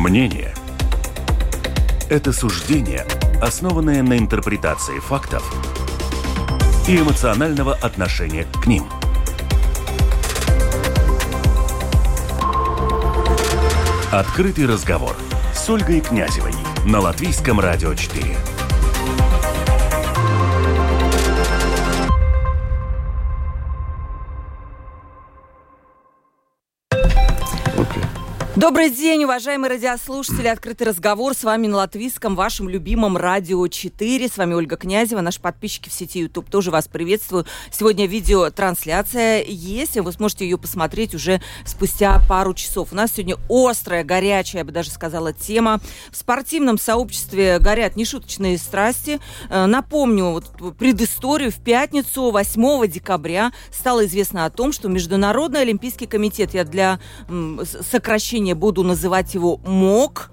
Мнение – это суждение, основанное на интерпретации фактов и эмоционального отношения к ним. Открытый разговор с Ольгой Князевой на Латвийском радио 4. Добрый день, уважаемые радиослушатели. Открытый разговор с вами на Латвийском, вашем любимом радио 4. С вами Ольга Князева. Наши подписчики в сети YouTube тоже вас приветствую. Сегодня видеотрансляция есть, и вы сможете ее посмотреть уже спустя пару часов. У нас сегодня острая, горячая, я бы даже сказала, тема. В спортивном сообществе горят нешуточные страсти. Напомню предысторию. В пятницу, 8 декабря, стало известно о том, что Международный олимпийский комитет, я для сокращения буду называть его МОК,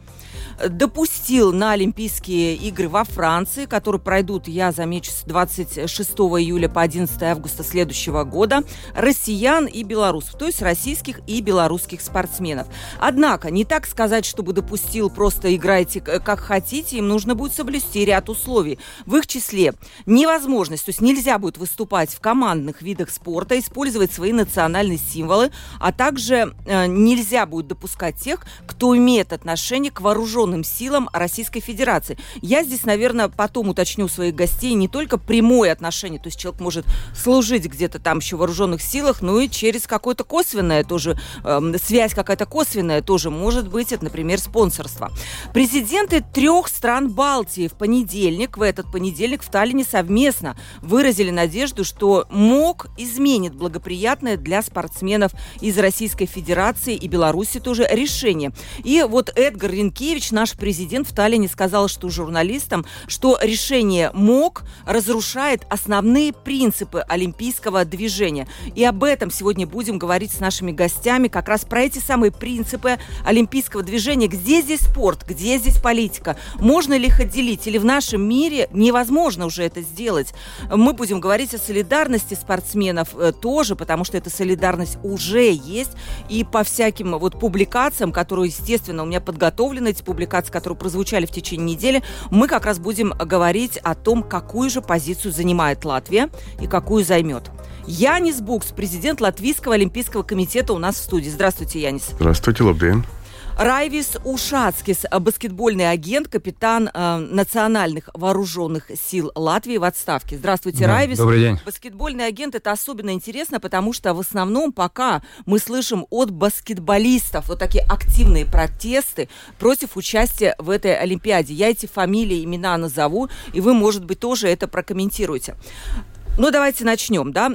допустил на Олимпийские игры во Франции, которые пройдут, я замечу, с 26 июля по 11 августа следующего года, россиян и белорусов, то есть российских и белорусских спортсменов. Однако, не так сказать, чтобы допустил, просто играйте как хотите, им нужно будет соблюсти ряд условий. В их числе невозможность, то есть нельзя будет выступать в командных видах спорта, использовать свои национальные символы, а также нельзя будет допускать тех, кто имеет отношение к вооруженным силам Российской Федерации. Я здесь, наверное, потом уточню у своих гостей не только прямое отношение, то есть человек может служить где-то там еще в вооруженных силах, но и через какое-то косвенное тоже, связь какая-то косвенная тоже может быть, это, например, спонсорство. Президенты 3 стран Балтии в этот понедельник в Таллине совместно выразили надежду, что МОК изменит благоприятное для спортсменов из Российской Федерации и Беларуси тоже решение. И вот Эдгар Ринкевич, наш президент в Таллине, сказал, что журналистам, что решение МОК разрушает основные принципы олимпийского движения. И об этом сегодня будем говорить с нашими гостями, как раз про эти самые принципы олимпийского движения. Где здесь спорт, где здесь политика? Можно ли их отделить? Или в нашем мире невозможно уже это сделать? Мы будем говорить о солидарности спортсменов тоже, потому что эта солидарность уже есть. И по всяким публикациям, которые, естественно, у меня подготовлены, эти публикации, которые прозвучали в течение недели, мы как раз будем говорить о том, какую же позицию занимает Латвия и какую займет. Янис Букс, президент Латвийского олимпийского комитета, у нас в студии. Здравствуйте, Янис. Здравствуйте, лабден. Райвис Ушацкис, баскетбольный агент, капитан национальных вооруженных сил Латвии в отставке. Здравствуйте, да, Райвис. Добрый день. Баскетбольный агент — это особенно интересно, потому что в основном пока мы слышим от баскетболистов вот такие активные протесты против участия в этой Олимпиаде. Я эти фамилии, имена назову, и вы, может быть, тоже это прокомментируете. Ну, давайте начнем, да?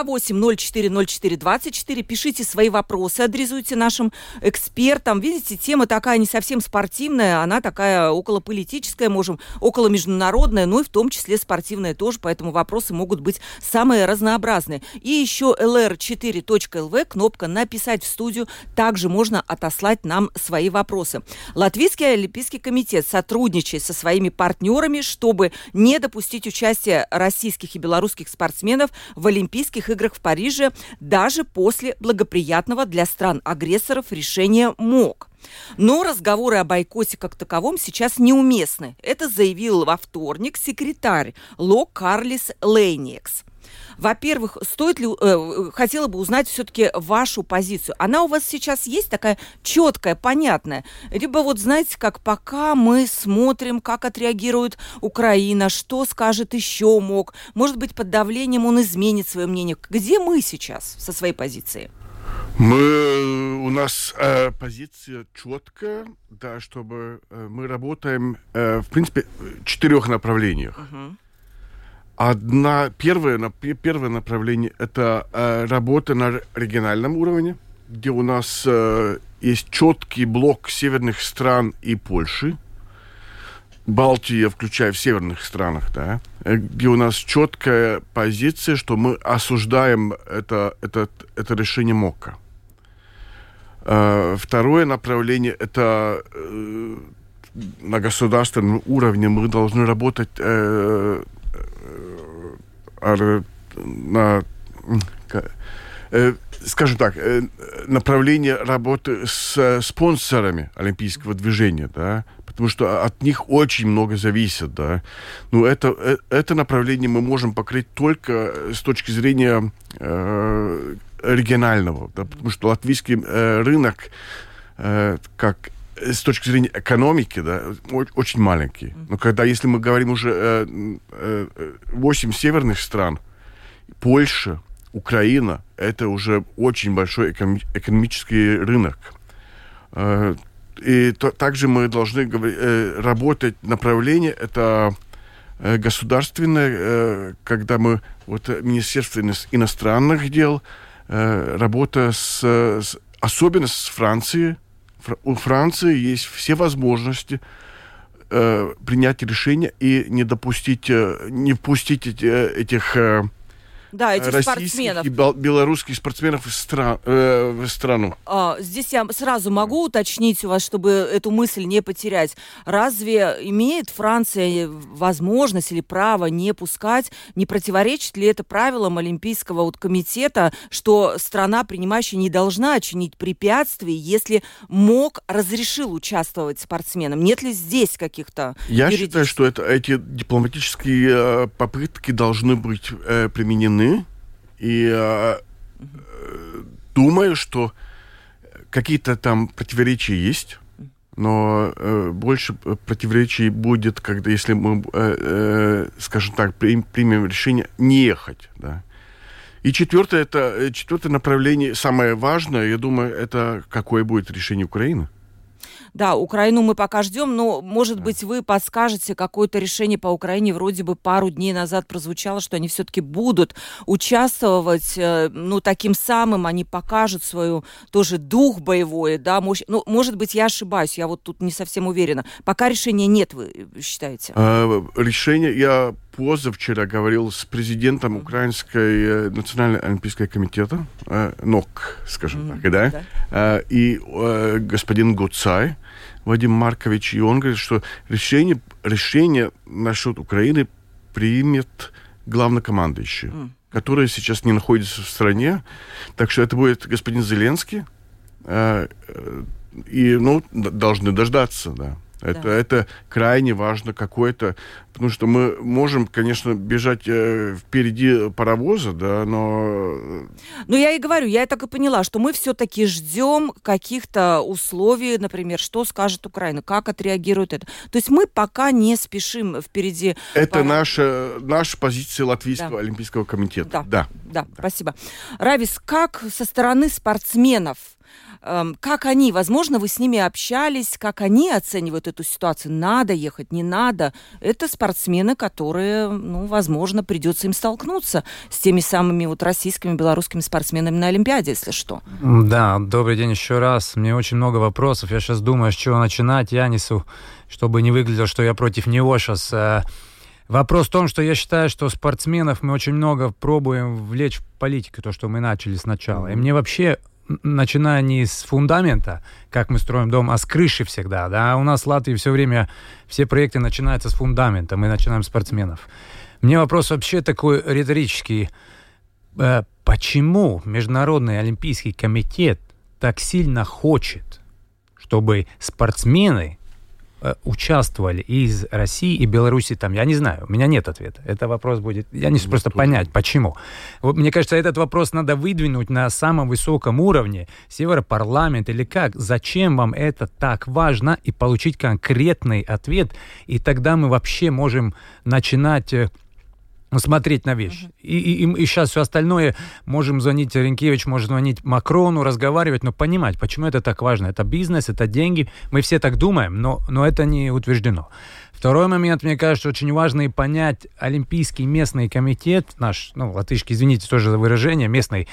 28040424. Пишите свои вопросы, адресуйте нашим экспертам. Видите, тема такая не совсем спортивная, она такая околополитическая, около международная, но и в том числе спортивная тоже, поэтому вопросы могут быть самые разнообразные. И еще lr4.lv, кнопка «Написать в студию», также можно отослать нам свои вопросы. Латвийский олимпийский комитет сотрудничает со своими партнерами, чтобы не допустить участия российских и белорусских спортсменов в Олимпийских играх в Париже даже после благоприятного для стран-агрессоров решения МОК. Но разговоры о бойкоте как таковом сейчас неуместны. Это заявил во вторник секретарь ЛОК Карлис Лейниекс. Во-первых, хотела бы узнать все-таки вашу позицию. Она у вас сейчас есть такая четкая, понятная? Либо знаете, как пока мы смотрим, как отреагирует Украина, что скажет еще МОК. Может быть, под давлением он изменит свое мнение. Где мы сейчас со своей позиции? У нас позиция четкая, да, чтобы мы работаем, в принципе, в 4 направлениях. Uh-huh. Первое направление – это работа на региональном уровне, где у нас есть четкий блок северных стран и Польши, Балтия, включая в северных странах, да, где у нас четкая позиция, что мы осуждаем это решение МОКа. Второе направление – это на государственном уровне мы должны работать скажем так, направление работы с спонсорами олимпийского движения, да, потому что от них очень много зависит, да. Но это направление мы можем покрыть только с точки зрения регионального, да, потому что латвийский рынок, как с точки зрения экономики, да, очень маленький. Но если мы говорим уже 8 северных стран, Польша, Украина, это уже очень большой экономический рынок. И также мы должны работать направление, это государственное, когда мы, Министерство иностранных дел, работа особенно с Францией. У Франции есть все возможности принять решение и не впустить этих российских спортсменов и белорусских спортсменов в страну. Здесь я сразу могу уточнить у вас, чтобы эту мысль не потерять. Разве имеет Франция возможность или право не пускать? Не противоречит ли это правилам Олимпийского комитета, что страна, принимающая, не должна чинить препятствий, если разрешил участвовать спортсменам? Нет ли здесь каких-то Я считаю, что эти дипломатические попытки должны быть применены. И думаю, что какие-то там противоречия есть, но больше противоречий будет, если мы, скажем так, примем решение не ехать. Да. И четвертое направление, самое важное, я думаю, это какое будет решение Украины. Да, Украину мы пока ждем, но, может быть, вы подскажете, какое-то решение по Украине вроде бы пару дней назад прозвучало, что они все-таки будут участвовать, таким самым они покажут свою тоже дух боевой, да, мощь. Может быть, я ошибаюсь, я тут не совсем уверена. Пока решения нет, вы считаете? Решение, я позавчера говорил с президентом Украинской национального олимпийского комитета, НОК, скажем так, да? И господин Гуцай, Вадим Маркович, и он говорит, что решение насчет Украины примет главнокомандующий, который сейчас не находится в стране. Так что это будет господин Зеленский. И, должны дождаться, да. Это крайне важно какое-то, потому что мы можем, конечно, бежать впереди паровоза, да, но... Я и говорю, я так и поняла, что мы все-таки ждем каких-то условий, например, что скажет Украина, как отреагирует это. То есть мы пока не спешим впереди. Это наша позиция Латвийского олимпийского комитета. Да, спасибо. Равис, как со стороны спортсменов? Как они, возможно, вы с ними общались, как они оценивают эту ситуацию? Надо ехать, не надо? Это спортсмены, которые, возможно, придется им столкнуться с теми самыми российскими, белорусскими спортсменами на Олимпиаде, если что. Да, добрый день еще раз. Мне очень много вопросов. Я сейчас думаю, с чего начинать Янису, чтобы не выглядело, что я против него сейчас. Вопрос в том, что я считаю, что спортсменов мы очень много пробуем влечь в политику, то, что мы начали сначала. И мне вообще... начиная не с фундамента, как мы строим дом, а с крыши всегда. Да? У нас в Латвии все время все проекты начинаются с фундамента, мы начинаем с спортсменов. Мне вопрос вообще такой риторический. Почему Международный олимпийский комитет так сильно хочет, чтобы спортсмены участвовали из России и Беларуси там? Я не знаю, у меня нет ответа. Это вопрос будет... Я не просто понять, почему. Мне кажется, этот вопрос надо выдвинуть на самом высоком уровне. Северопарламент или как? Зачем вам это так важно? И получить конкретный ответ. И тогда мы вообще можем начинать... смотреть на вещи. И сейчас все остальное, можем звонить, Ренкевич может звонить Макрону, разговаривать, но понимать, почему это так важно. Это бизнес, это деньги. Мы все так думаем, но это не утверждено. Второй момент, мне кажется, очень важно и понять Олимпийский местный комитет, наш, латышский, извините тоже за выражение, местный,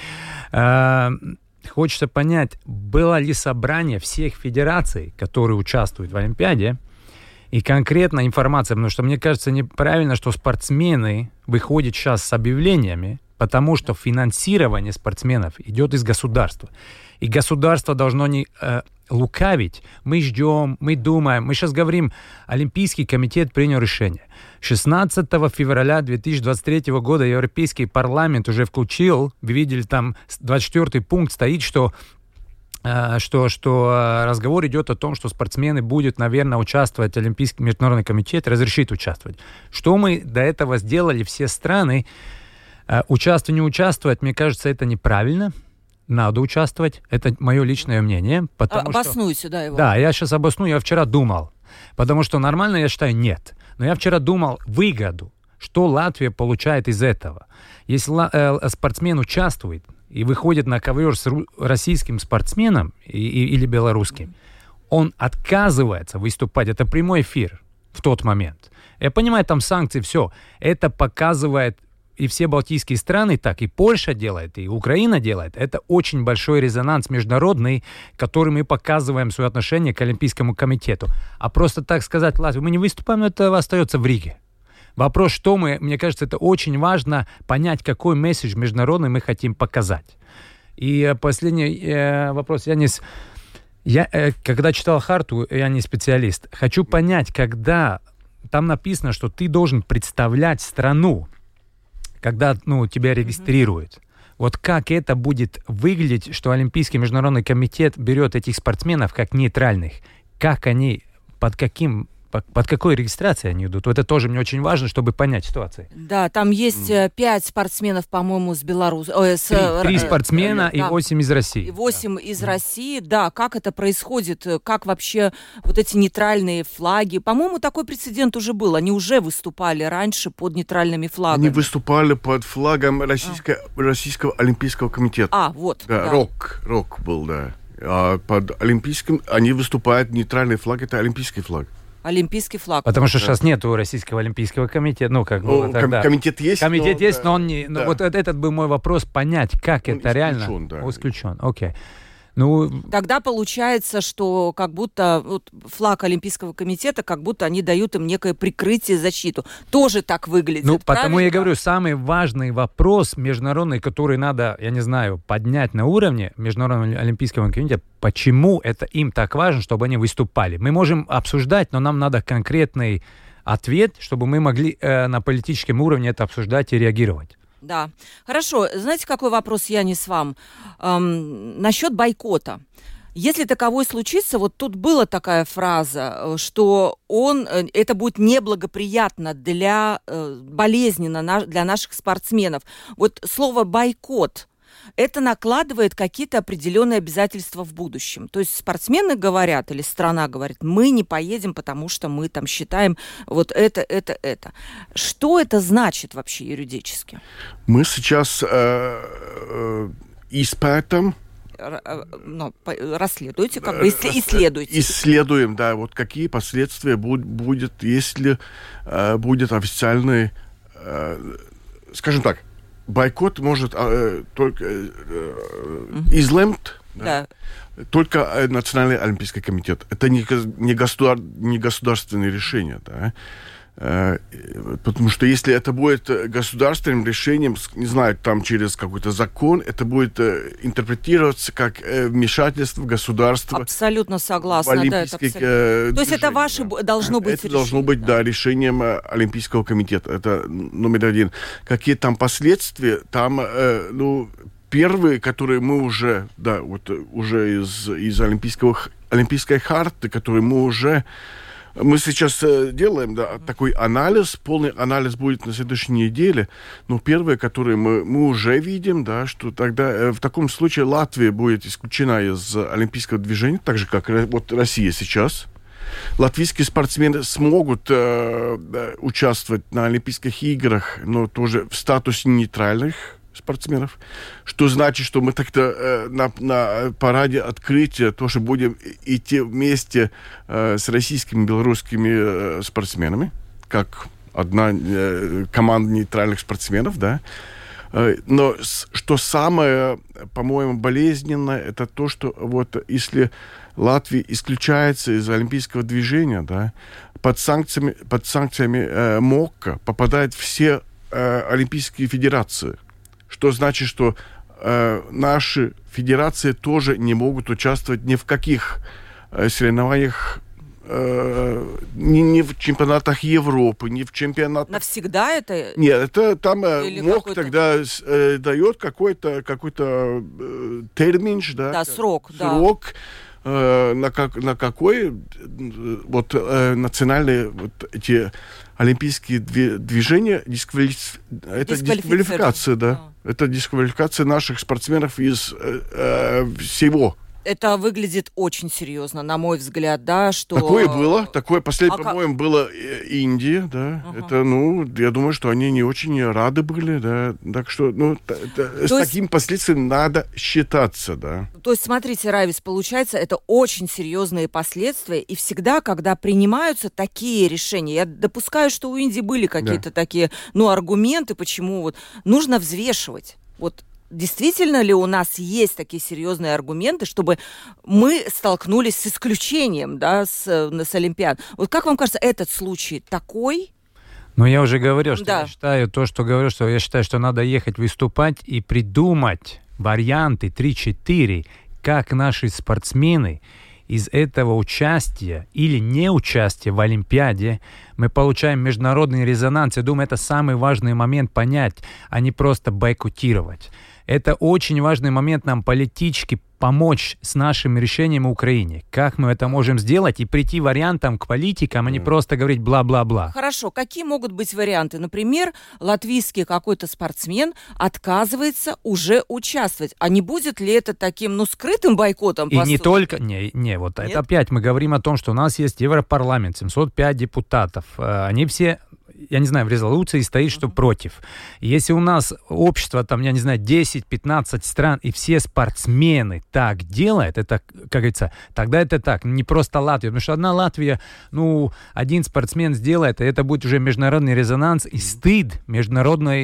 хочется понять, было ли собрание всех федераций, которые участвуют в Олимпиаде, и конкретно информация, потому что мне кажется неправильно, что спортсмены выходят сейчас с объявлениями, потому что финансирование спортсменов идет из государства. И государство должно лукавить. Мы ждем, мы думаем. Мы сейчас говорим, Олимпийский комитет принял решение. 16 февраля 2023 года Европейский парламент уже включил, вы видели, там 24-й пункт стоит, что разговор идет о том, что спортсмены будут, наверное, участвовать, Олимпийский международный комитет разрешит участвовать. Что мы до этого сделали, все страны, участвовать, не участвовать, мне кажется, это неправильно. Надо участвовать. Это мое личное мнение. Обоснуй сюда его. Да, я сейчас обосную. Я вчера думал. Потому что нормально, я считаю, нет. Но я вчера думал выгоду. Что Латвия получает из этого? Если спортсмен участвует и выходит на ковер с российским спортсменом или белорусским, он отказывается выступать. Это прямой эфир в тот момент. Я понимаю, там санкции, все. Это показывает и все балтийские страны так, и Польша делает, и Украина делает. Это очень большой резонанс международный, который мы показываем свое отношение к Олимпийскому комитету. А просто так сказать, Латвия, мы не выступаем, это остается в Риге. Вопрос, что мне кажется, это очень важно понять, какой месседж международный мы хотим показать. И последний вопрос, я когда читал Харту, я не специалист, хочу понять, когда там написано, что ты должен представлять страну, когда тебя регистрируют. Вот как это будет выглядеть, что Олимпийский международный комитет берет этих спортсменов как нейтральных? Как они, под какой регистрацией они идут? Это тоже мне очень важно, чтобы понять ситуацию. Да, там есть 5 спортсменов, по-моему, с Беларуси. 3 спортсмена и 8 из России. 8 из России, да. Как это происходит? Как вообще вот эти нейтральные флаги? По-моему, такой прецедент уже был. Они уже выступали раньше под нейтральными флагами. Они выступали под флагом Российского Олимпийского комитета. Вот. Да, да. Рок был, да. А под Олимпийским они выступают, нейтральный флаг, это олимпийский флаг. Олимпийский флаг. Потому что сейчас нету Российского Олимпийского комитета. Комитет есть. Комитет есть, но он не... Да. Вот этот был мой вопрос, понять, как он это реально... Да. Исключен, окей. Тогда получается, что как будто флаг Олимпийского комитета, как будто они дают им некое прикрытие, защиту. Тоже так выглядит. Потому я говорю, самый важный вопрос международный, который надо, я не знаю, поднять на уровне Международного Олимпийского комитета, почему это им так важно, чтобы они выступали. Мы можем обсуждать, но нам надо конкретный ответ, чтобы мы могли на политическом уровне это обсуждать и реагировать. Да. Хорошо. Знаете, какой вопрос, Янис, вам? Насчет бойкота. Если таковой случится, вот тут была такая фраза, что это будет неблагоприятно болезненно для наших спортсменов. Вот слово «бойкот», это накладывает какие-то определенные обязательства в будущем. То есть спортсмены говорят, или страна говорит, мы не поедем, потому что мы там считаем вот это. Что это значит вообще юридически? Мы сейчас испытываем. Расследуйте, исследуйте. Исследуем, да, вот какие последствия будет, если будет официальный, скажем так, бойкот может только излемт, да, только Национальный Олимпийский комитет. Это не государственное решение, да. Потому что если это будет государственным решением, не знаю, там через какой-то закон, это будет интерпретироваться как вмешательство в государство. Абсолютно согласна. То есть это ваше должно быть решение. Это должно быть, да, решением Олимпийского комитета. Это номер один. Какие там последствия? Там, первые, которые мы уже, да, вот уже из Олимпийской харты, которые мы сейчас делаем, да, такой анализ, полный анализ будет на следующей неделе, но первые, которые мы уже видим, да, что тогда в таком случае Латвия будет исключена из олимпийского движения, так же, как вот Россия сейчас. Латвийские спортсмены смогут участвовать на Олимпийских играх, но тоже в статусе нейтральных спортсменов, что значит, что мы так-то на параде открытия тоже будем идти вместе с российскими и белорусскими спортсменами, как одна команда нейтральных спортсменов, да. Но что самое, по-моему, болезненное, это то, что вот если Латвия исключается из олимпийского движения, да, под санкциями МОКа попадают все олимпийские федерации. Что значит, что наши федерации тоже не могут участвовать ни в каких соревнованиях, ни в чемпионатах Европы, ни в чемпионатах... Навсегда это? Нет, это там МОК какой-то... тогда дает какой-то термин, да? Да, срок. На какой вот национальные вот эти олимпийские движения это дисквалификация, да. Это дисквалификация наших спортсменов из всего. Это выглядит очень серьезно, на мой взгляд, да, что... Такое было, последнее, по-моему, было Индия, да. Это, я думаю, что они не очень рады были, да. Так что, с таким последствием надо считаться, да. То есть, смотрите, Равис, получается, это очень серьезные последствия, и всегда, когда принимаются такие решения, я допускаю, что у Индии были какие-то такие, аргументы, почему вот нужно взвешивать, вот. Действительно ли у нас есть такие серьезные аргументы, чтобы мы столкнулись с исключением, да, с Олимпиад? Вот как вам кажется, этот случай такой? Я уже говорил, что я считаю что я считаю, что надо ехать выступать и придумать варианты 3-4, как наши спортсмены из этого участия или неучастия в Олимпиаде мы получаем международный резонанс. Я думаю, это самый важный момент понять, а не просто бойкотировать. Это очень важный момент нам политически помочь с нашим решением в Украине. Как мы это можем сделать и прийти вариантам к политикам, а не просто говорить бла-бла-бла. Хорошо, какие могут быть варианты? Например, латвийский какой-то спортсмен отказывается уже участвовать. А не будет ли это таким, скрытым бойкотом? И не только... Вот это опять мы говорим о том, что у нас есть Европарламент, 705 депутатов. Они все... Я не знаю, в резолюции стоит, что против. Если у нас общество, 10-15 стран, и все спортсмены так делают, это, как говорится, тогда это так, не просто Латвия. Потому что одна Латвия, один спортсмен сделает, и это будет уже международный резонанс и стыд Международному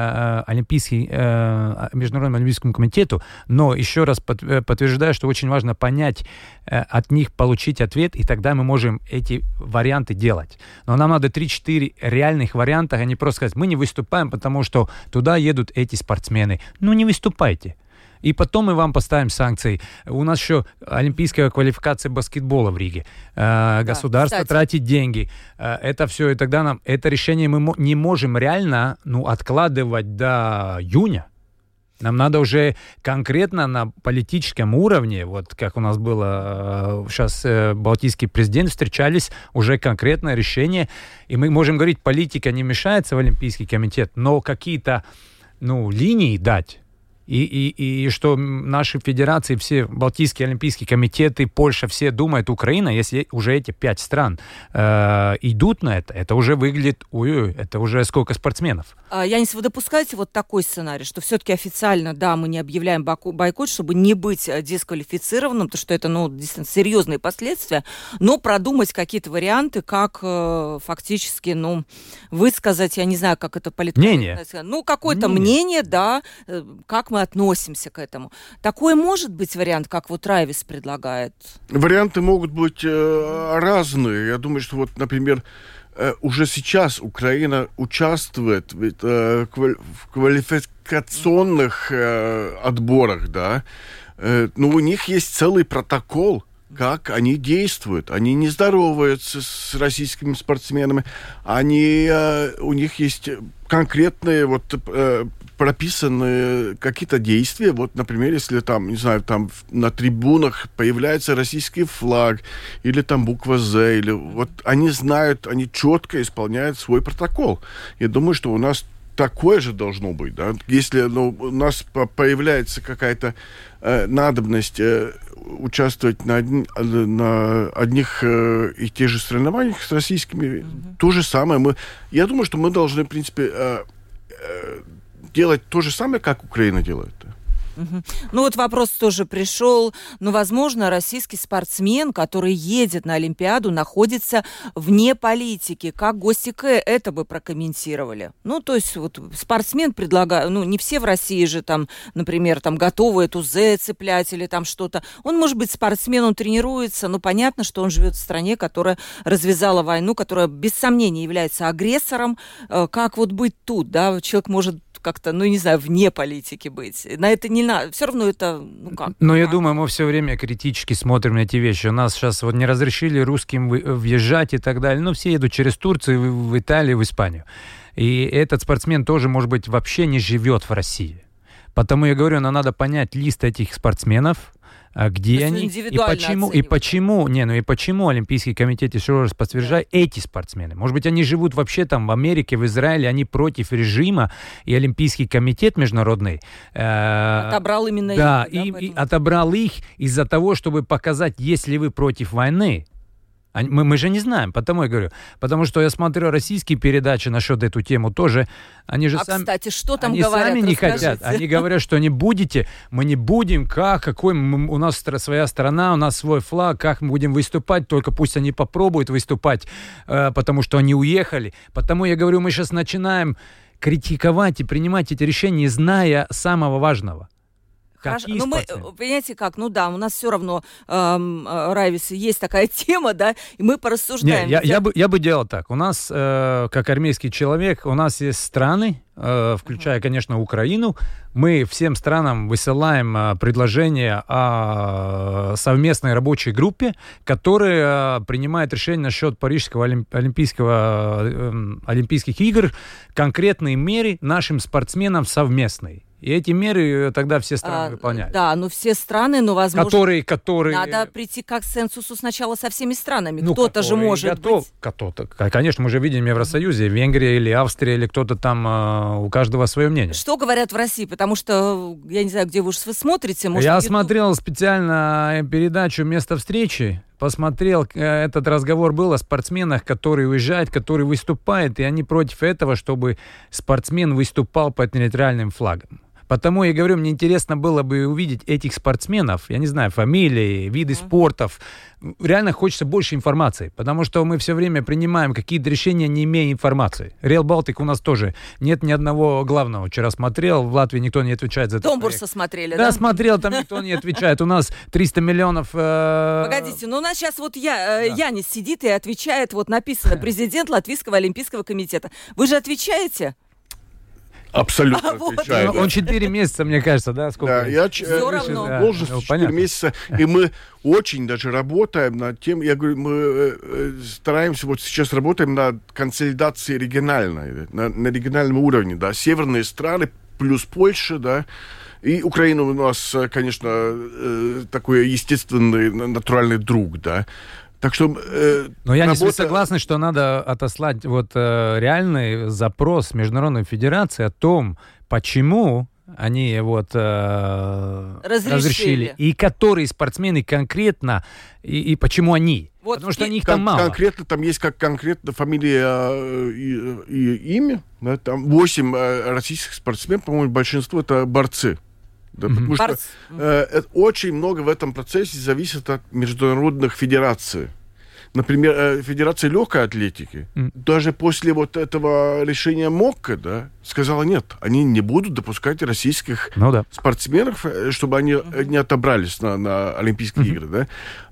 олимпийскому комитету. Но еще раз подтверждаю, что очень важно понять, от них получить ответ, и тогда мы можем эти варианты делать. Но нам надо 3-4 реальных вариантах, а не просто сказать, мы не выступаем, потому что туда едут эти спортсмены. Не выступайте. И потом мы вам поставим санкции. У нас еще олимпийская квалификация баскетбола в Риге. Государство тратит деньги. Это все, и тогда нам это решение мы не можем реально откладывать до июня. Нам надо уже конкретно на политическом уровне, вот как у нас было сейчас балтийский президент, встречались, уже конкретное решение. И мы можем говорить, политика не мешается в Олимпийский комитет, но какие-то линии дать. И что наши федерации, все Балтийские олимпийские комитеты, Польша, все думают, Украина, если уже эти 5 стран идут на это уже выглядит, это уже сколько спортсменов. Янис, вы допускаете вот такой сценарий, что все-таки официально, мы не объявляем бойкот, чтобы не быть дисквалифицированным, потому что это, действительно серьезные последствия, но продумать какие-то варианты, как фактически, высказать, я не знаю, как это политическое... Мнение. Какое-то мнение, как мы относимся к этому. Такой может быть вариант, как вот Райвис предлагает? Варианты могут быть разные. Я думаю, что например, уже сейчас Украина участвует в квалификационных отборах, да. Но у них есть целый протокол, как они действуют. Они не здороваются с российскими спортсменами. У них есть конкретные прописаны какие-то действия. Вот, например, если там на трибунах появляется российский флаг, или там буква «З», или они знают, они четко исполняют свой протокол. Я думаю, что у нас такое же должно быть, да? Если у нас появляется какая-то надобность участвовать на одних и тех же соревнованиях с российскими, то же самое. Я думаю, что мы должны, в принципе, делать то же самое, как Украина делает. Вопрос тоже пришел. Возможно, российский спортсмен, который едет на Олимпиаду, находится вне политики. Как гости это бы прокомментировали? То есть спортсмен предлагает... не все в России же например, готовы эту «З» цеплять или что-то. Он может быть спортсмен, он тренируется, но понятно, что он живет в стране, которая развязала войну, которая без сомнения является агрессором. Как быть тут, да? Человек может как-то, ну, не знаю, вне политики быть. На это не надо. Все равно это, ну как. Но я думаю, мы все время критически смотрим на эти вещи. У нас сейчас вот не разрешили русским въезжать и так далее. Ну, все едут через Турцию, в Италию, в Испанию. И этот спортсмен тоже, может быть, вообще не живет в России. Потому я говорю, нам надо понять лист этих спортсменов, где они и почему Олимпийский комитет еще раз подтверждает эти спортсмены. Может быть, они живут вообще там в Америке, в Израиле, они против режима, и Олимпийский комитет международный отобрал именно их. И отобрал их из-за того, чтобы показать, если вы против войны. Мы же не знаем, потому я говорю. Потому что я смотрю российские передачи насчет эту тему тоже. Они же сами... кстати, что там они говорят? Сами не хотят. Они говорят, что не будете, мы не будем, у нас своя страна, у нас свой флаг, как мы будем выступать, только пусть они попробуют выступать, потому что они уехали. Потому я говорю, мы сейчас начинаем критиковать и принимать эти решения, зная самого важного. Хорошо. Ну, мы, понимаете как, ну да, у нас все равно, Райвис, есть такая тема, да, и мы порассуждаем. Я бы делал так. У нас, как армейский человек, у нас есть страны, включая, конечно, Украину. Мы всем странам высылаем предложение о совместной рабочей группе, которая принимает решение насчет Парижского Олимпийских игр, конкретные меры нашим спортсменам совместные. И эти меры тогда все страны выполняют. Да, но все страны, но возможно... Которые... Надо прийти к консенсусу сначала со всеми странами. Кто-то же может быть... Кто-то. Конечно, мы же видим в Евросоюзе, Венгрия или Австрия, или кто-то там, у каждого свое мнение. Что говорят в России? Потому что, я не знаю, где вы смотрите. Может, я смотрел специально передачу «Место встречи». Посмотрел, этот разговор был о спортсменах, которые уезжают, которые выступают, и они против этого, чтобы спортсмен выступал под нейтральным флагом. Потому я говорю, мне интересно было бы увидеть этих спортсменов, я не знаю, фамилии, виды спортов. Реально хочется больше информации, потому что мы все время принимаем какие-то решения, не имея информации. Реал Балтик у нас тоже нет ни одного главного. Вчера смотрел, в Латвии никто не отвечает за это. Домбурса смотрели, да? Да, смотрел, там никто не отвечает. У нас 300 миллионов... Погодите, ну у нас сейчас вот Янис сидит и отвечает, вот написано, президент Латвийского олимпийского комитета. Вы же отвечаете? Абсолютно отвечаю. Он 4 месяца, мне кажется, да? Сколько? Да, я должность 4 месяца, и мы очень даже работаем над тем, я говорю, мы стараемся, вот сейчас работаем над консолидацией региональной, на региональном уровне, да, северные страны плюс Польша, да, и Украина у нас, конечно, такой естественный, натуральный друг, да. Так что, но я не согласен, что надо отослать вот реальный запрос в Международной Федерации о том, почему они вот разрешили. И которые спортсмены конкретно, и почему они. Вот, потому что их там мало. Конкретно, там есть как конкретно фамилия и имя. Да, там 8 российских спортсменов, по-моему, большинство это борцы. Да, потому что очень много в этом процессе зависит от международных федераций. Например, Федерация легкой атлетики даже после вот этого решения МОК, да, сказала нет, они не будут допускать российских спортсменов, чтобы они не отобрались на Олимпийские игры. Да.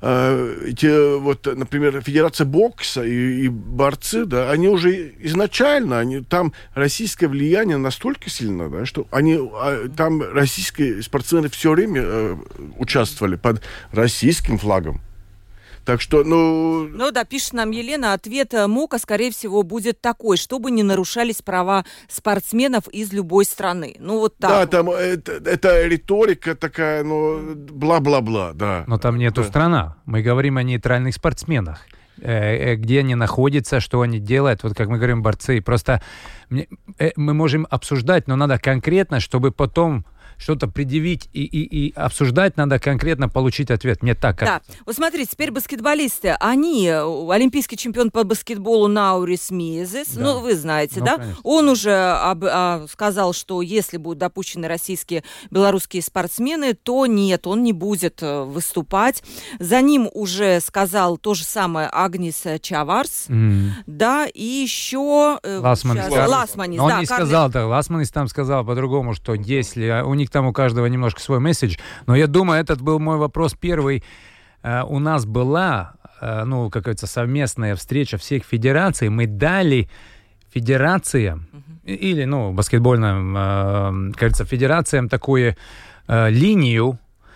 Вот, например, Федерация бокса и борцы, да, они уже изначально, там российское влияние настолько сильно, да, что там российские спортсмены все время участвовали под российским флагом. Так что, Ну да, пишет нам Елена, ответ МОКа, скорее всего, будет такой, чтобы не нарушались права спортсменов из любой страны. Ну вот так. Да, там это риторика такая, бла-бла-бла, да. Но там нету страна. Мы говорим о нейтральных спортсменах. Где они находятся, что они делают, вот как мы говорим, борцы. Просто мы можем обсуждать, но надо конкретно, чтобы потом что-то предъявить и обсуждать, надо конкретно получить ответ. Мне так кажется. Да. Вот смотрите, теперь баскетболисты, олимпийский чемпион по баскетболу Наурис Миезес, вы знаете, да? Конечно. Он уже сказал, что если будут допущены российские, белорусские спортсмены, то нет, он не будет выступать. За ним уже сказал то же самое Агнис Чаварс, да, и еще... Ласманис. Но он не сказал так, Ласманис там сказал по-другому, что если у них там у каждого немножко свой месседж. Но я думаю, этот был мой вопрос первый. У нас была, какая-то совместная встреча всех федераций. Мы дали федерациям, или, баскетбольным, кажется, федерациям такую линию,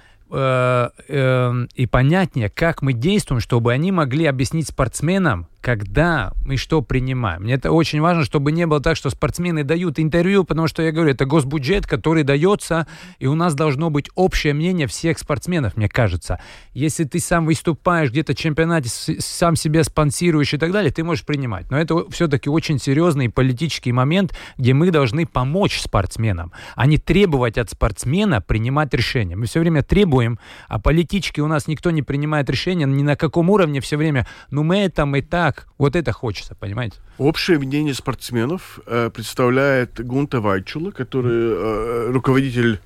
и понятнее, как мы действуем, чтобы они могли объяснить спортсменам, когда мы что принимаем. Мне это очень важно, чтобы не было так, что спортсмены дают интервью, потому что, я говорю, это госбюджет, который дается, и у нас должно быть общее мнение всех спортсменов, мне кажется. Если ты сам выступаешь где-то в чемпионате, сам себя спонсируешь и так далее, ты можешь принимать. Но это все-таки очень серьезный политический момент, где мы должны помочь спортсменам, а не требовать от спортсмена принимать решения. Мы все время требуем, а политически у нас никто не принимает решения, ни на каком уровне все время, мы так. Вот это хочется, понимаете? Общее мнение спортсменов представляет Гунта Вайчула, который руководитель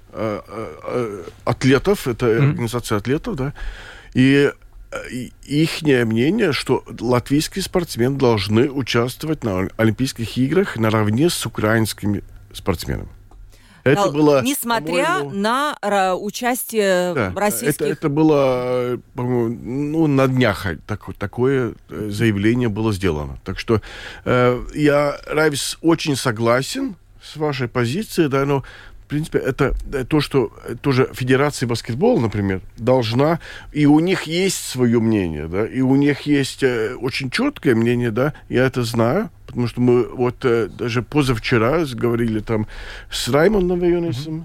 атлетов, это организация атлетов, да, и их мнение, что латвийские спортсмены должны участвовать на Олимпийских играх наравне с украинскими спортсменами. Это было, несмотря на участие российских... Это было, по-моему, на днях такое заявление было сделано. Так что я, Райвис, очень согласен с вашей позицией, да, но в принципе, это то, что тоже Федерация баскетбола, например, должна, и у них есть свое мнение, да, и у них есть очень четкое мнение, да, я это знаю, потому что мы даже позавчера говорили там с Раймондом Вейонисом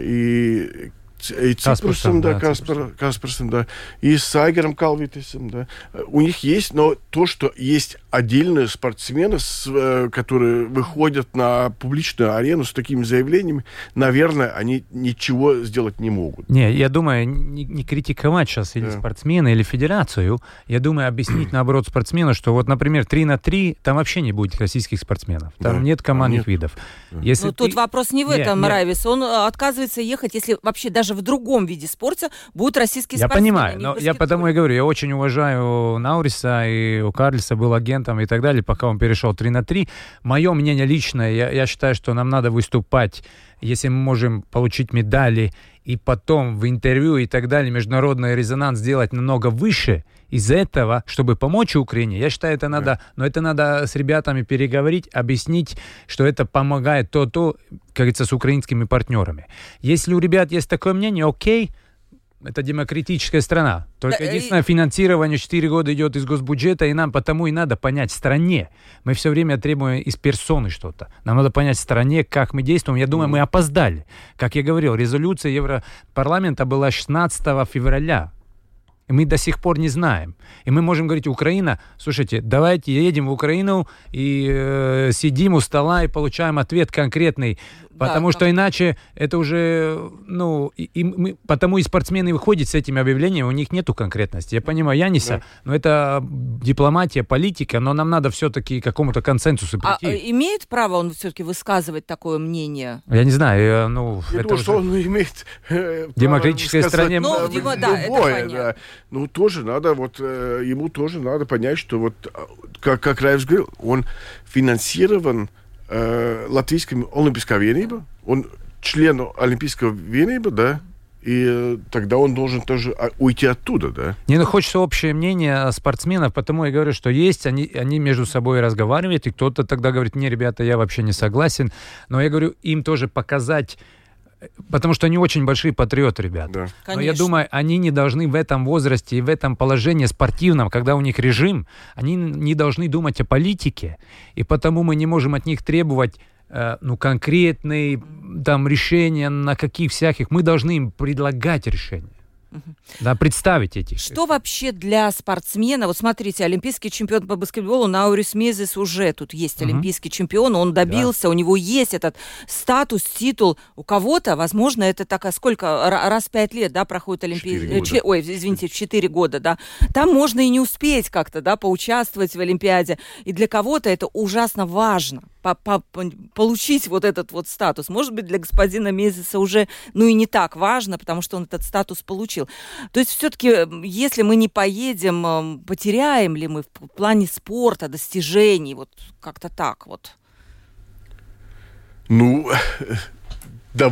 и Ципросом, да, Касперсом, да, и с Айгером Калвитисом, да. У них есть, но то, что есть отдельные спортсмены, которые выходят на публичную арену с такими заявлениями, наверное, они ничего сделать не могут. Не, я думаю, не критиковать сейчас или спортсмена, или федерацию. Я думаю, объяснить, наоборот, спортсмену, что вот, например, 3-3, там вообще не будет российских спортсменов. Там нет командных видов. Если тут вопрос не в этом, Райвис. Он отказывается ехать, если вообще даже в другом виде спорта будут российские спортсмены. Я понимаю, но я потому и говорю, я очень уважаю Науриса, и у Карлиса был агентом и так далее, пока он перешел 3-3. Мое мнение личное, я считаю, что нам надо выступать, если мы можем получить медали, и потом в интервью и так далее международный резонанс сделать намного выше из-за этого, чтобы помочь Украине. Я считаю, это надо, но это надо с ребятами переговорить, объяснить, что это помогает как говорится, с украинскими партнерами. Если у ребят есть такое мнение, окей, это демократическая страна. Только единственное, финансирование 4 года идет из госбюджета, и нам потому и надо понять стране. Мы все время требуем из персоны что-то. Нам надо понять стране, как мы действуем. Я думаю, мы опоздали. Как я говорил, резолюция Европарламента была 16 февраля. И мы до сих пор не знаем. И мы можем говорить, Украина, слушайте, давайте едем в Украину и сидим у стола и получаем ответ конкретный. Потому что иначе это уже, потому и спортсмены выходят с этим объявлением, у них нету конкретности. Я понимаю Яниса, но это дипломатия, политика, но нам надо все-таки к какому-то консенсусу прийти. А имеет право он все-таки высказывать такое мнение? Я не знаю, я думаю, что он имеет в демократической стране. Да. Тоже надо, ему тоже надо понять, что как Райвис говорил, он финансирован Латвийским Олимпийская Венеба, он член Олимпийского Венеба, да, и тогда он должен тоже уйти оттуда, да. Мне хочется общее мнение спортсменов, потому я говорю, что есть, они между собой разговаривают, и кто-то тогда говорит, не, ребята, я вообще не согласен, но я говорю, им тоже показать, потому что они очень большие патриоты, ребята. Да. Но я думаю, они не должны в этом возрасте и в этом положении спортивном, когда у них режим, они не должны думать о политике. И потому мы не можем от них требовать конкретные решения на каких всяких. Мы должны им предлагать решения. Да, представить эти. Что вообще для спортсмена? Вот смотрите, олимпийский чемпион по баскетболу Наурис Мезис уже тут есть олимпийский чемпион, он добился, у него есть этот статус, титул. У кого-то, возможно, это сколько? Раз в 5 лет, да, проходит Олимпиада. В 4 года, да. Там можно и не успеть как-то, да, поучаствовать в Олимпиаде. И для кого-то это ужасно важно. Получить этот статус. Может быть, для господина Мезиса уже, и не так важно, потому что он этот статус получил. То есть, все-таки, если мы не поедем, потеряем ли мы в плане спорта, достижений, как-то так вот?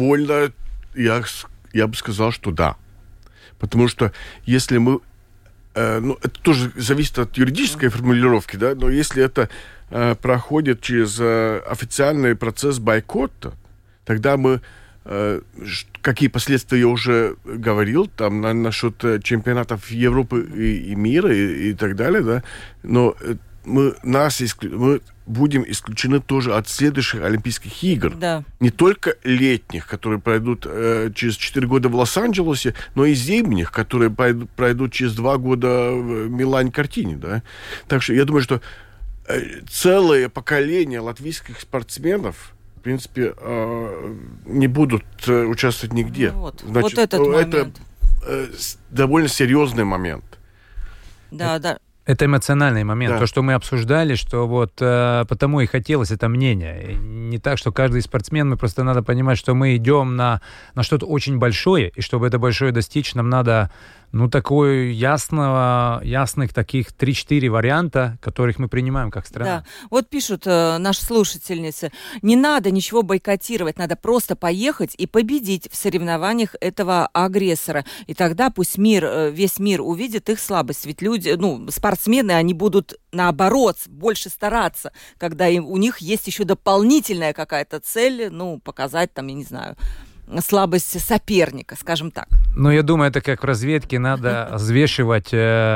Довольно, я бы сказал, что да. Потому что если мы это тоже зависит от юридической формулировки, да, но если это проходит через официальный процесс бойкота, тогда мы, какие последствия я уже говорил, там насчет чемпионатов Европы и мира и так далее, да, но мы будем исключены тоже от следующих Олимпийских игр. Да. Не только летних, которые пройдут через 4 года в Лос-Анджелесе, но и зимних, которые пройдут через 2 года в Милане-Кортине. Да? Так что я думаю, что целое поколение латвийских спортсменов, в принципе, не будут участвовать нигде. Вот этот момент. Это довольно серьезный момент. Да. Это эмоциональный момент. Да. То, что мы обсуждали, что вот потому и хотелось это мнение. Не так, что каждый спортсмен, мы просто надо понимать, что мы идем на что-то очень большое, и чтобы это большое достичь, нам надо, ясных таких 3-4 варианта, которых мы принимаем как страна. Да. Вот пишут наши слушательницы, не надо ничего бойкотировать, надо просто поехать и победить в соревнованиях этого агрессора. И тогда пусть весь мир увидит их слабость. Ведь люди, спортсмены, они будут, наоборот, больше стараться, когда у них есть еще дополнительная какая-то цель, показать там, я не знаю, слабость соперника, скажем так. Я думаю, это как в разведке, надо взвешивать,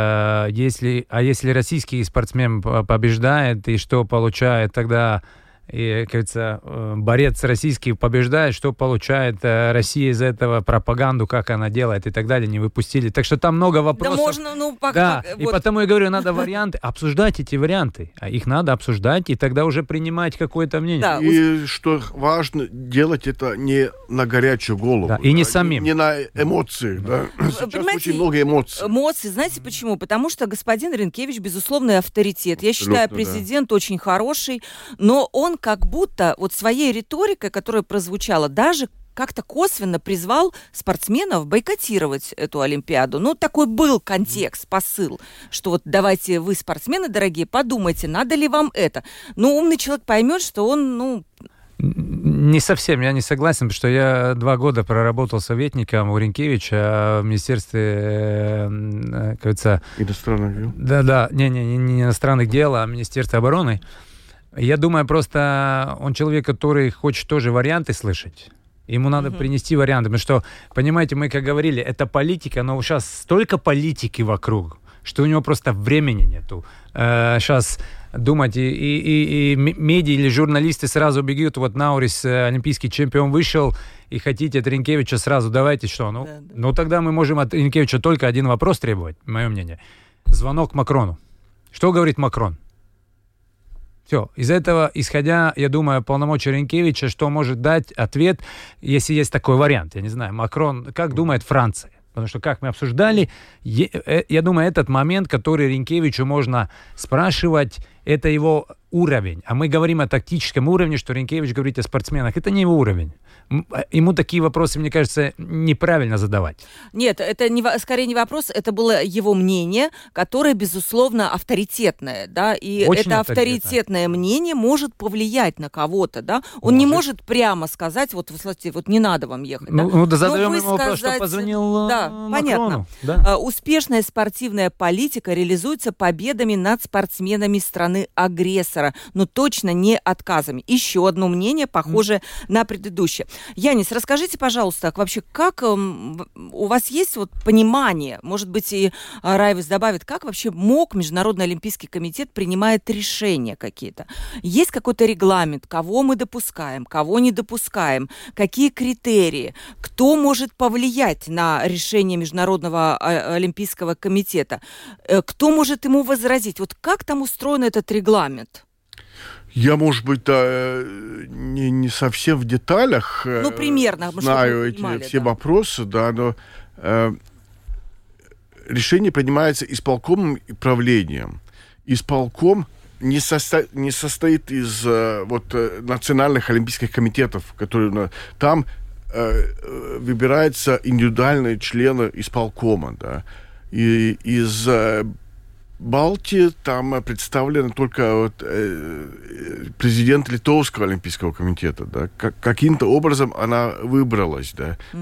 если российский спортсмен побеждает, и что получает тогда, и, как говорится, борец российский побеждает, что получает Россия из этого, пропаганду, как она делает и так далее, не выпустили. Так что там много вопросов. Да можно, пока. И потому я говорю, надо варианты, обсуждать эти варианты. Их надо обсуждать, и тогда уже принимать какое-то мнение. Да, и что важно, делать это не на горячую голову. Да, и не самим. Не на эмоциях. Да. Сейчас очень много эмоций. Эмоций, знаете почему? Потому что господин Ренкевич, безусловный авторитет. Я считаю, президент очень хороший, но он как будто своей риторикой, которая прозвучала, даже как-то косвенно призвал спортсменов бойкотировать эту Олимпиаду. Такой был контекст, посыл, что давайте вы, спортсмены дорогие, подумайте, надо ли вам это. Умный человек поймет, что он, Не совсем, я не согласен, потому что я 2 года проработал советником у Ренкевича в Министерстве, кажется... Иностранных дел? Да, не иностранных дел, а Министерство обороны. Я думаю, просто он человек, который хочет тоже варианты слышать. Ему надо принести варианты. Потому что, понимаете, мы, как говорили, это политика, но сейчас столько политики вокруг, что у него просто времени нету. Сейчас думать, и медиа или журналисты сразу бегут, Наурис, олимпийский чемпион, вышел, и хотите от Ренкевича сразу, давайте что? Тогда мы можем от Ренкевича только один вопрос требовать, мое мнение. Звонок Макрону. Что говорит Макрон? Все. Из этого, исходя, я думаю, полномочия Ренкевича, что может дать ответ, если есть такой вариант. Я не знаю, Макрон, как думает Франция? Потому что, как мы обсуждали, я думаю, этот момент, который Ренкевичу можно спрашивать, это его уровень. А мы говорим о тактическом уровне, что Ренкевич говорит о спортсменах. Это не его уровень. Ему такие вопросы, мне кажется, неправильно задавать. Нет, это скорее не вопрос, это было его мнение, которое, безусловно, авторитетное, да, и очень это авторитетное мнение может повлиять на кого-то, да. Он не может прямо сказать, вы слушайте, не надо вам ехать. Задавим ему вопрос, что позвонил Макрону. Понятно. Да. Успешная спортивная политика реализуется победами над спортсменами страны-агрессора, но точно не отказами. Еще одно мнение, похожее на предыдущее. Янис, расскажите, пожалуйста, вообще, как у вас есть понимание, может быть, и Райвис добавит, как вообще мог Международный олимпийский комитет принимает решения какие-то? Есть какой-то регламент, кого мы допускаем, кого не допускаем, какие критерии, кто может повлиять на решение Международного олимпийского комитета, кто может ему возразить? Как там устроен этот регламент? Я, может быть, не совсем в деталях примерно, знаю эти все вопросы, но решение принимается исполкомом и правлением. Исполком не состоит из национальных олимпийских комитетов, которые там выбираются индивидуальные члены исполкома, да. И из Балтии там представлен только президент Литовского олимпийского комитета, да. Каким-то образом она выбралась, да.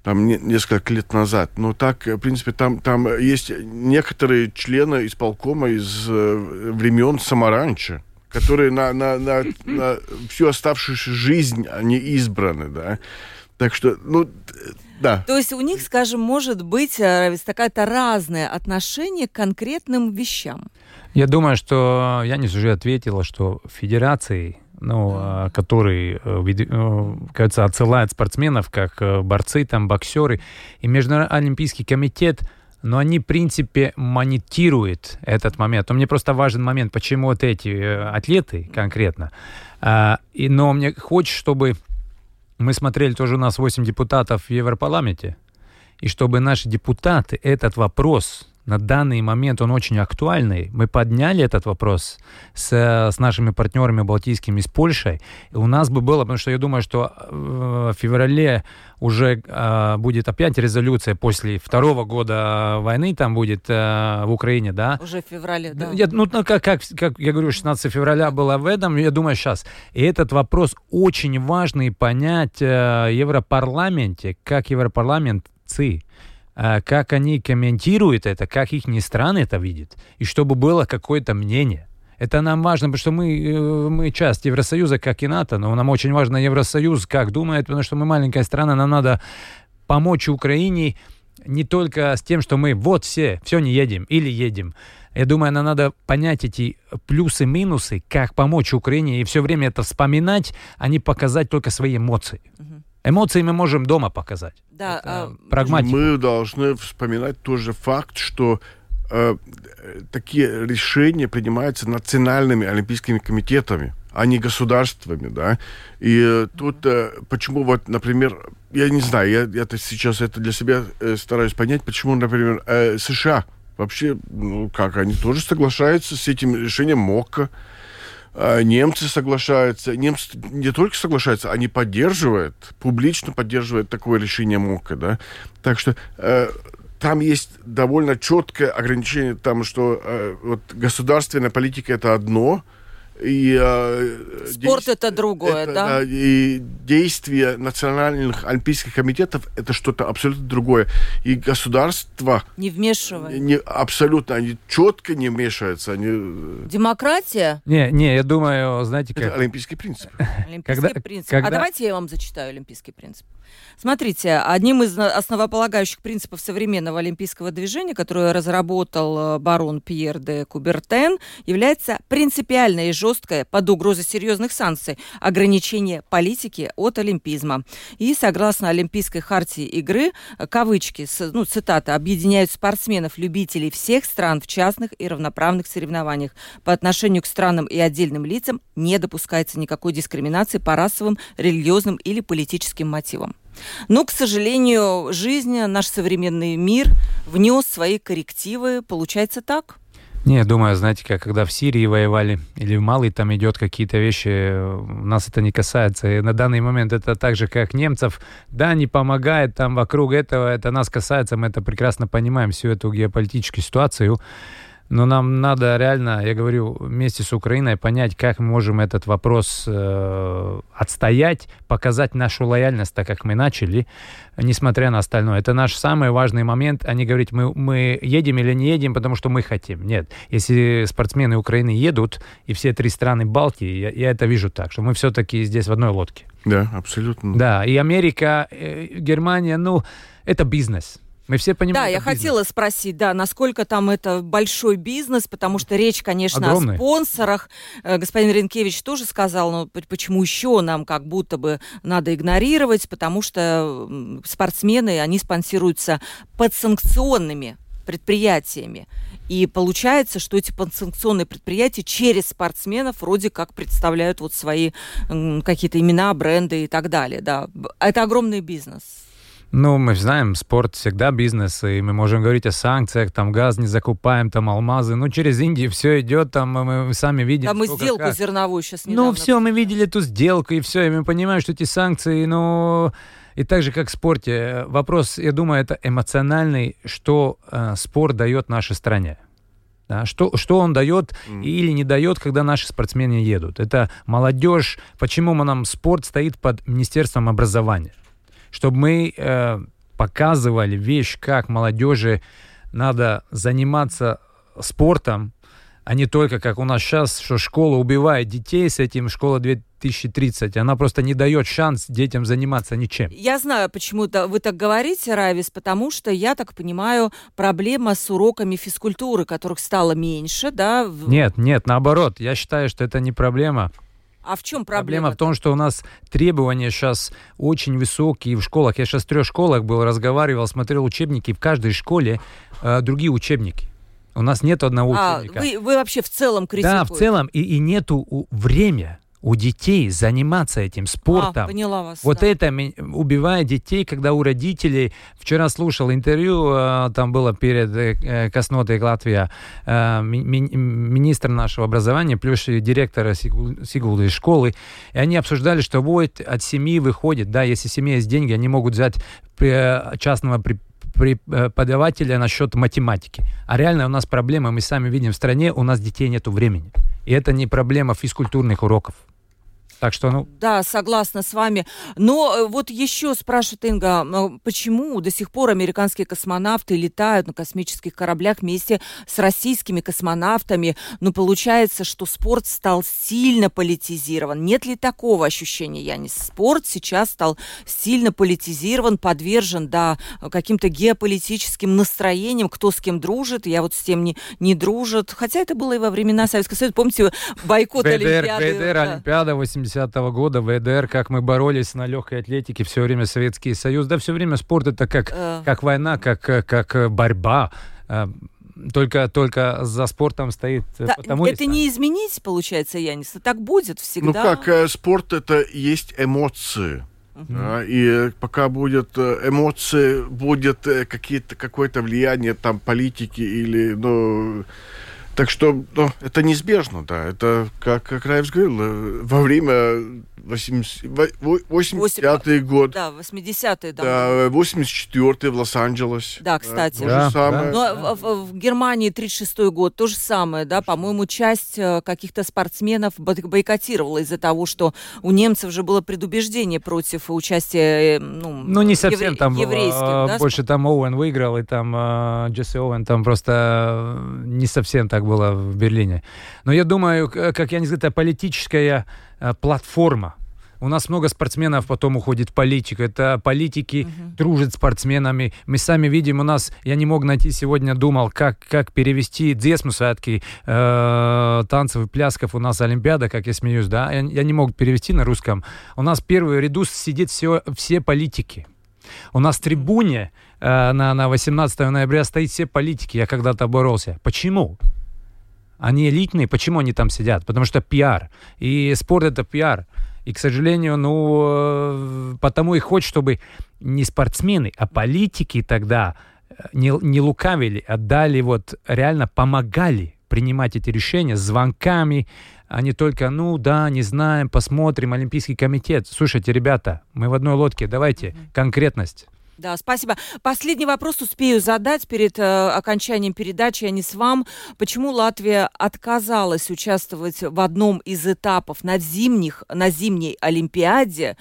там несколько лет назад. Но так, в принципе, там есть некоторые члены исполкома из времен Самаранча, которые на всю оставшуюся жизнь они избраны, да. Так что, да. То есть у них, скажем, может быть какое-то разное отношение к конкретным вещам. Я думаю, что Янис уже ответила, что федерации, которые, кажется, отсылают спортсменов как борцы, там, боксеры, и Международный олимпийский комитет, но они, в принципе, монитируют этот момент. Но мне просто важен момент, почему вот эти атлеты конкретно. Но мне хочется, чтобы мы смотрели, тоже у нас 8 депутатов в Европарламенте, и чтобы наши депутаты этот вопрос на данный момент, он очень актуальный. Мы подняли этот вопрос с нашими партнерами балтийскими, с Польшей. И у нас бы было, потому что я думаю, что в феврале уже будет опять резолюция после 2 года войны, там будет в Украине, да? Уже в феврале, да. Как я говорю, 16 февраля было в этом, я думаю, сейчас. И этот вопрос очень важный понять в Европарламенте, как европарламентцы, как они комментируют это, как их страны это видят, и чтобы было какое-то мнение. Это нам важно, потому что мы часть Евросоюза, как и НАТО, но нам очень важно Евросоюз, как думает, потому что мы маленькая страна, нам надо помочь Украине не только с тем, что мы все не едем или едем. Я думаю, нам надо понять эти плюсы-минусы, как помочь Украине, и все время это вспоминать, а не показать только свои эмоции. Эмоции мы можем дома показать. Да, прагматика. Мы должны вспоминать тоже факт, что такие решения принимаются национальными олимпийскими комитетами, а не государствами, да. И тут почему вот, например, я не знаю, я сейчас для себя стараюсь понять, почему, например, США вообще, как они тоже соглашаются с этим решением МОКа. Немцы соглашаются. Немцы не только соглашаются, они публично поддерживают такое решение МОКа, да. Так что там есть довольно четкое ограничение, там, что вот государственная политика — это одно, и спорт это другое, да? И действия национальных олимпийских комитетов — это что-то абсолютно другое. И государство не вмешивается. Абсолютно, они четко не вмешиваются. Демократия? Не, я думаю, знаете, как... Это олимпийский принцип. Олимпийский принцип. А давайте я вам зачитаю олимпийский принцип. Смотрите, одним из основополагающих принципов современного олимпийского движения, которое разработал барон Пьер де Кубертен, является принципиальное и жесткое, под угрозой серьезных санкций, ограничение политики от олимпизма. И согласно Олимпийской хартии игры, кавычки, цитата, объединяют спортсменов, любителей всех стран в частных и равноправных соревнованиях. По отношению к странам и отдельным лицам не допускается никакой дискриминации по расовым, религиозным или политическим мотивам. Но, к сожалению, жизнь, наш современный мир внес свои коррективы. Получается так? Не, я думаю, знаете, когда в Сирии воевали или в Мали там идет какие-то вещи, нас это не касается. И на данный момент это так же, как немцев. Да, не помогает там вокруг этого, это нас касается, мы это прекрасно понимаем, всю эту геополитическую ситуацию. Но нам надо реально, я говорю, вместе с Украиной понять, как мы можем этот вопрос отстоять, показать нашу лояльность, так как мы начали, несмотря на остальное. Это наш самый важный момент, а не говорить, мы едем или не едем, потому что мы хотим. Нет. Если спортсмены Украины едут, и все 3 страны Балтии, я это вижу так, что мы все-таки здесь в одной лодке. Да, абсолютно. Да, и Америка, Германия, это бизнес. Мы все понимаем. Да, я хотела спросить, насколько там это большой бизнес, потому что речь, конечно, огромный. О спонсорах. Господин Ренкевич тоже сказал, но почему еще нам как будто бы надо игнорировать, потому что спортсмены, они спонсируются подсанкционными предприятиями. И получается, что эти подсанкционные предприятия через спортсменов вроде как представляют свои какие-то имена, бренды и так далее. Да. Это огромный бизнес. Мы знаем, спорт всегда бизнес, и мы можем говорить о санкциях, там газ не закупаем, там алмазы, через Индию все идет, там мы сами видим. Там мы сделку зерновую сейчас недавно. Все, мы видели эту сделку, и все, и мы понимаем, что эти санкции, и так же, как в спорте, вопрос, я думаю, это эмоциональный, что спорт дает нашей стране. Да, что он дает или не дает, когда наши спортсмены едут. Это молодежь, почему нам спорт стоит под Министерством образования. Чтобы мы показывали вещь, как молодежи надо заниматься спортом, а не только, как у нас сейчас, что школа убивает детей с этим, школа 2030. Она просто не дает шанс детям заниматься ничем. Я знаю, почему-то вы так говорите, Равис, потому что, я так понимаю, проблема с уроками физкультуры, которых стало меньше, да? Нет, наоборот. Я считаю, что это не проблема. А в чем проблема? Проблема в том, что у нас требования сейчас очень высокие в школах. Я сейчас в 3 школах был, разговаривал, смотрел учебники. В каждой школе другие учебники. У нас нет одного учебника. Вы вообще в целом критикуете? Да, в целом. И нету времени у детей заниматься этим спортом. Поняла вас. Вот это убивает детей, когда у родителей... Вчера слушал интервью, там было перед Коснотой Латвия, министр нашего образования, плюс директора Сигулды школы, и они обсуждали, что вот от семьи выходит, да, если в семье есть деньги, они могут взять частного преподавателя насчет математики. А реально у нас проблема, мы сами видим в стране, у нас детей нету времени. И это не проблема физкультурных уроков. Так что, Да, согласна с вами. Но вот еще спрашивает Инга, почему до сих пор американские космонавты летают на космических кораблях вместе с российскими космонавтами? Получается, что спорт стал сильно политизирован. Нет ли такого ощущения, Янис? Спорт сейчас стал сильно политизирован, подвержен, да, каким-то геополитическим настроениям, кто с кем дружит, я вот с тем не дружит. Хотя это было и во времена Советского Союза. Помните, бойкот Олимпиады? ВДР, Олимпиада 80-го года, ВДР, как мы боролись на легкой атлетике, все время Советский Союз. Да, все время спорт это как война, как борьба. Только за спортом стоит. Да, это не изменить, получается, Янис? Так будет всегда? Спорт это есть эмоции. Да, и пока будет эмоции, будет какое-то влияние там политики или... Так что это неизбежно, да. Это, как Раевс говорил, во время 80-й год. Да, 80-е. Да, 84-й в Лос-Анджелесе. Да, кстати. То же самое. Но в Германии 36-й год то же самое, да. По-моему, часть каких-то спортсменов бойкотировала из-за того, что у немцев же было предубеждение против участия, не совсем там еврейских. Да, больше там Оуэн выиграл, и там Джесси Оуэн там просто не совсем так было в Берлине. Но я думаю, как я не знаю, это политическая платформа. У нас много спортсменов потом уходит в политику. Это политики дружат с спортсменами. Мы сами видим, у нас, я не мог найти сегодня, думал, как перевести дзесму святки, танцев и плясков. У нас Олимпиада, как я смеюсь, да. Я не мог перевести на русском. У нас в первом ряду сидят все политики. У нас в трибуне на 18 ноября стоит все политики. Я когда-то боролся. Почему? Они элитные. Почему они там сидят? Потому что пиар. И спорт — это пиар. И, к сожалению, потому и хоть, чтобы не спортсмены, а политики тогда не лукавили, а дали реально помогали принимать эти решения звонками, а не только, не знаем, посмотрим, Олимпийский комитет. Слушайте, ребята, мы в одной лодке, давайте конкретность. Да, спасибо. Последний вопрос успею задать перед окончанием передачи, а не с вам. Почему Латвия отказалась участвовать в одном из этапов на зимней Олимпиаде?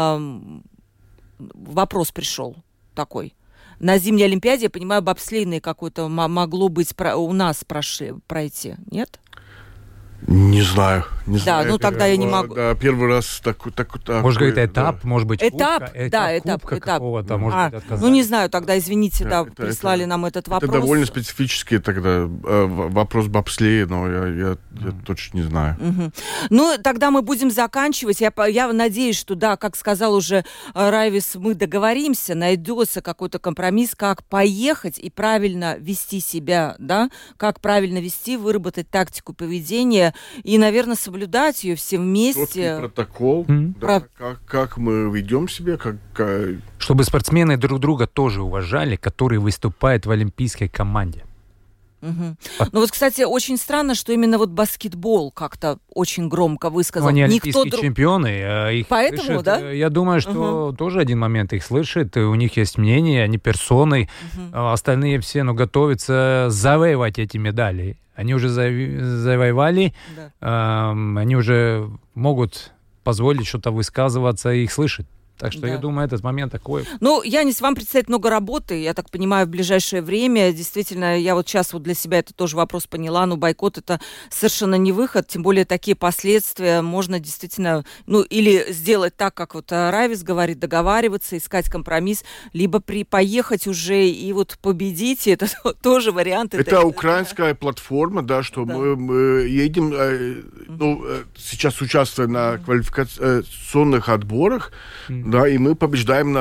Вопрос пришел такой. На зимней Олимпиаде, я понимаю, бобслейное какое-то могло быть у нас пройти, нет? Не знаю. Тогда я не могу. Да, первый раз такой. Может быть, это этап, может быть, этап, этап. Какого-то, может быть, отказали. Не знаю, тогда, извините, прислали нам этот вопрос. Это довольно специфический тогда вопрос бобслея, но я точно не знаю. Тогда мы будем заканчивать. Я надеюсь, что, да, как сказал уже Райвис, мы договоримся, найдется какой-то компромисс, как поехать и правильно вести себя, да, как правильно вести, выработать тактику поведения и, наверное, соблюдать ее все вместе. Четкий протокол, как мы ведем себя, чтобы спортсмены друг друга тоже уважали, которые выступают в олимпийской команде. Кстати, очень странно, что именно баскетбол как-то очень громко высказал. Они олимпийские чемпионы. Их поэтому, слышат, да? Я думаю, что тоже один момент их слышит, у них есть мнение, они персоны, остальные все готовятся завоевать эти медали. Они уже завоевали, они уже могут позволить что-то высказываться и их слышать. Так что Да. я думаю, этот момент такой. Ну, Янис, вам предстоит много работы, я так понимаю, в ближайшее время. Действительно, я вот сейчас вот для себя это тоже вопрос поняла. Ну, бойкот — это совершенно не выход, тем более такие последствия можно действительно, ну, или сделать так, как вот Райвис говорит, договариваться, искать компромисс, либо поехать уже и вот победить, это тоже вариант. Это украинская платформа, да, что Да. мы едем, сейчас участвуем на квалификационных отборах, да, и мы побеждаем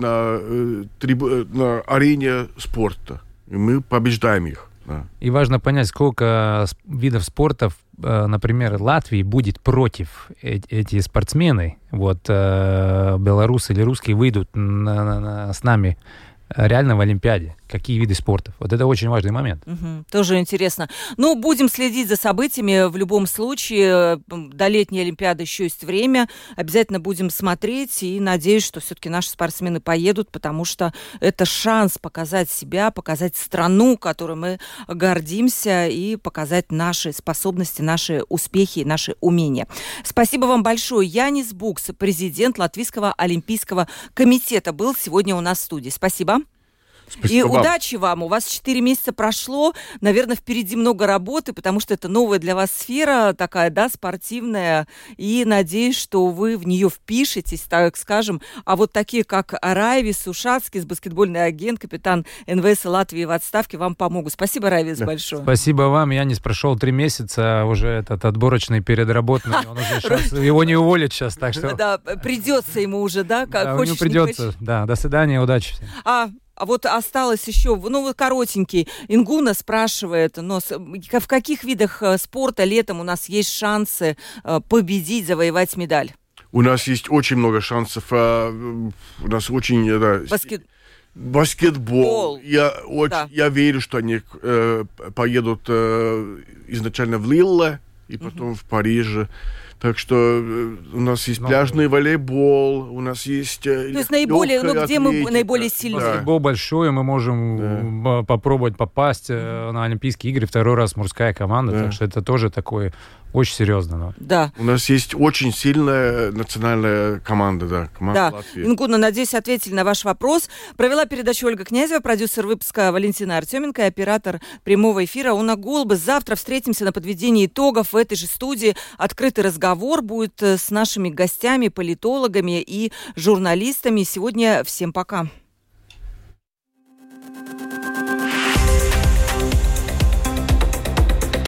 на арене спорта. И мы побеждаем их. Да. И важно понять, сколько видов спорта, например, Латвии будет против эти спортсмены. Вот белорусы или русские выйдут с нами реально в Олимпиаде. Какие виды спортов. Вот это очень важный момент. Тоже интересно. Ну, будем следить за событиями в любом случае. До летней Олимпиады еще есть время. Обязательно будем смотреть и надеюсь, что все-таки наши спортсмены поедут, потому что это шанс показать себя, показать страну, которой мы гордимся, и показать наши способности, наши успехи, наши умения. Спасибо вам большое. Янис Букс, президент Латвийского олимпийского комитета, был сегодня у нас в студии. Спасибо. Спасибо И вам. удачи вам. У вас 4 месяца прошло. Наверное, впереди много работы, потому что это новая для вас сфера, такая, да, спортивная. И надеюсь, что вы в нее впишетесь, так скажем. А вот такие, как Райвис Ушацкий, баскетбольный агент, капитан НВС Латвии в отставке, вам помогут. Спасибо, Райвис, большое. Спасибо вам. Янис прошел 3 месяца, уже этот отборочный передработанный. Он уже сейчас, его не уволят сейчас, так что... Да, придется ему уже, да? Да, Хочешь, ему не придется. хочешь. Да, до свидания, удачи всем. А вот осталось еще, ну, вот коротенький. Ингуна спрашивает, но в каких видах спорта летом у нас есть шансы победить, завоевать медаль? У нас есть очень много шансов. У нас очень... Баскетбол. Я верю, что они поедут изначально в Лилле и потом в Париже. Так что у нас есть пляжный волейбол, у нас есть... То есть наиболее, ну, где мы наиболее сильны? Баскетбол большой, мы можем попробовать попасть на Олимпийские игры. 2-й раз мужская команда, так что это тоже такое очень серьезно. Да. У нас есть очень сильная национальная команда, да, команда Латвии. Ингуна, надеюсь, ответили на ваш вопрос. Провела передачу Ольга Князева, продюсер выпуска Валентина Артеменко и оператор прямого эфира Уна Голубас. Завтра встретимся на подведении итогов в этой же студии. Открытый разговор будет с нашими гостями, политологами и журналистами. Сегодня всем пока.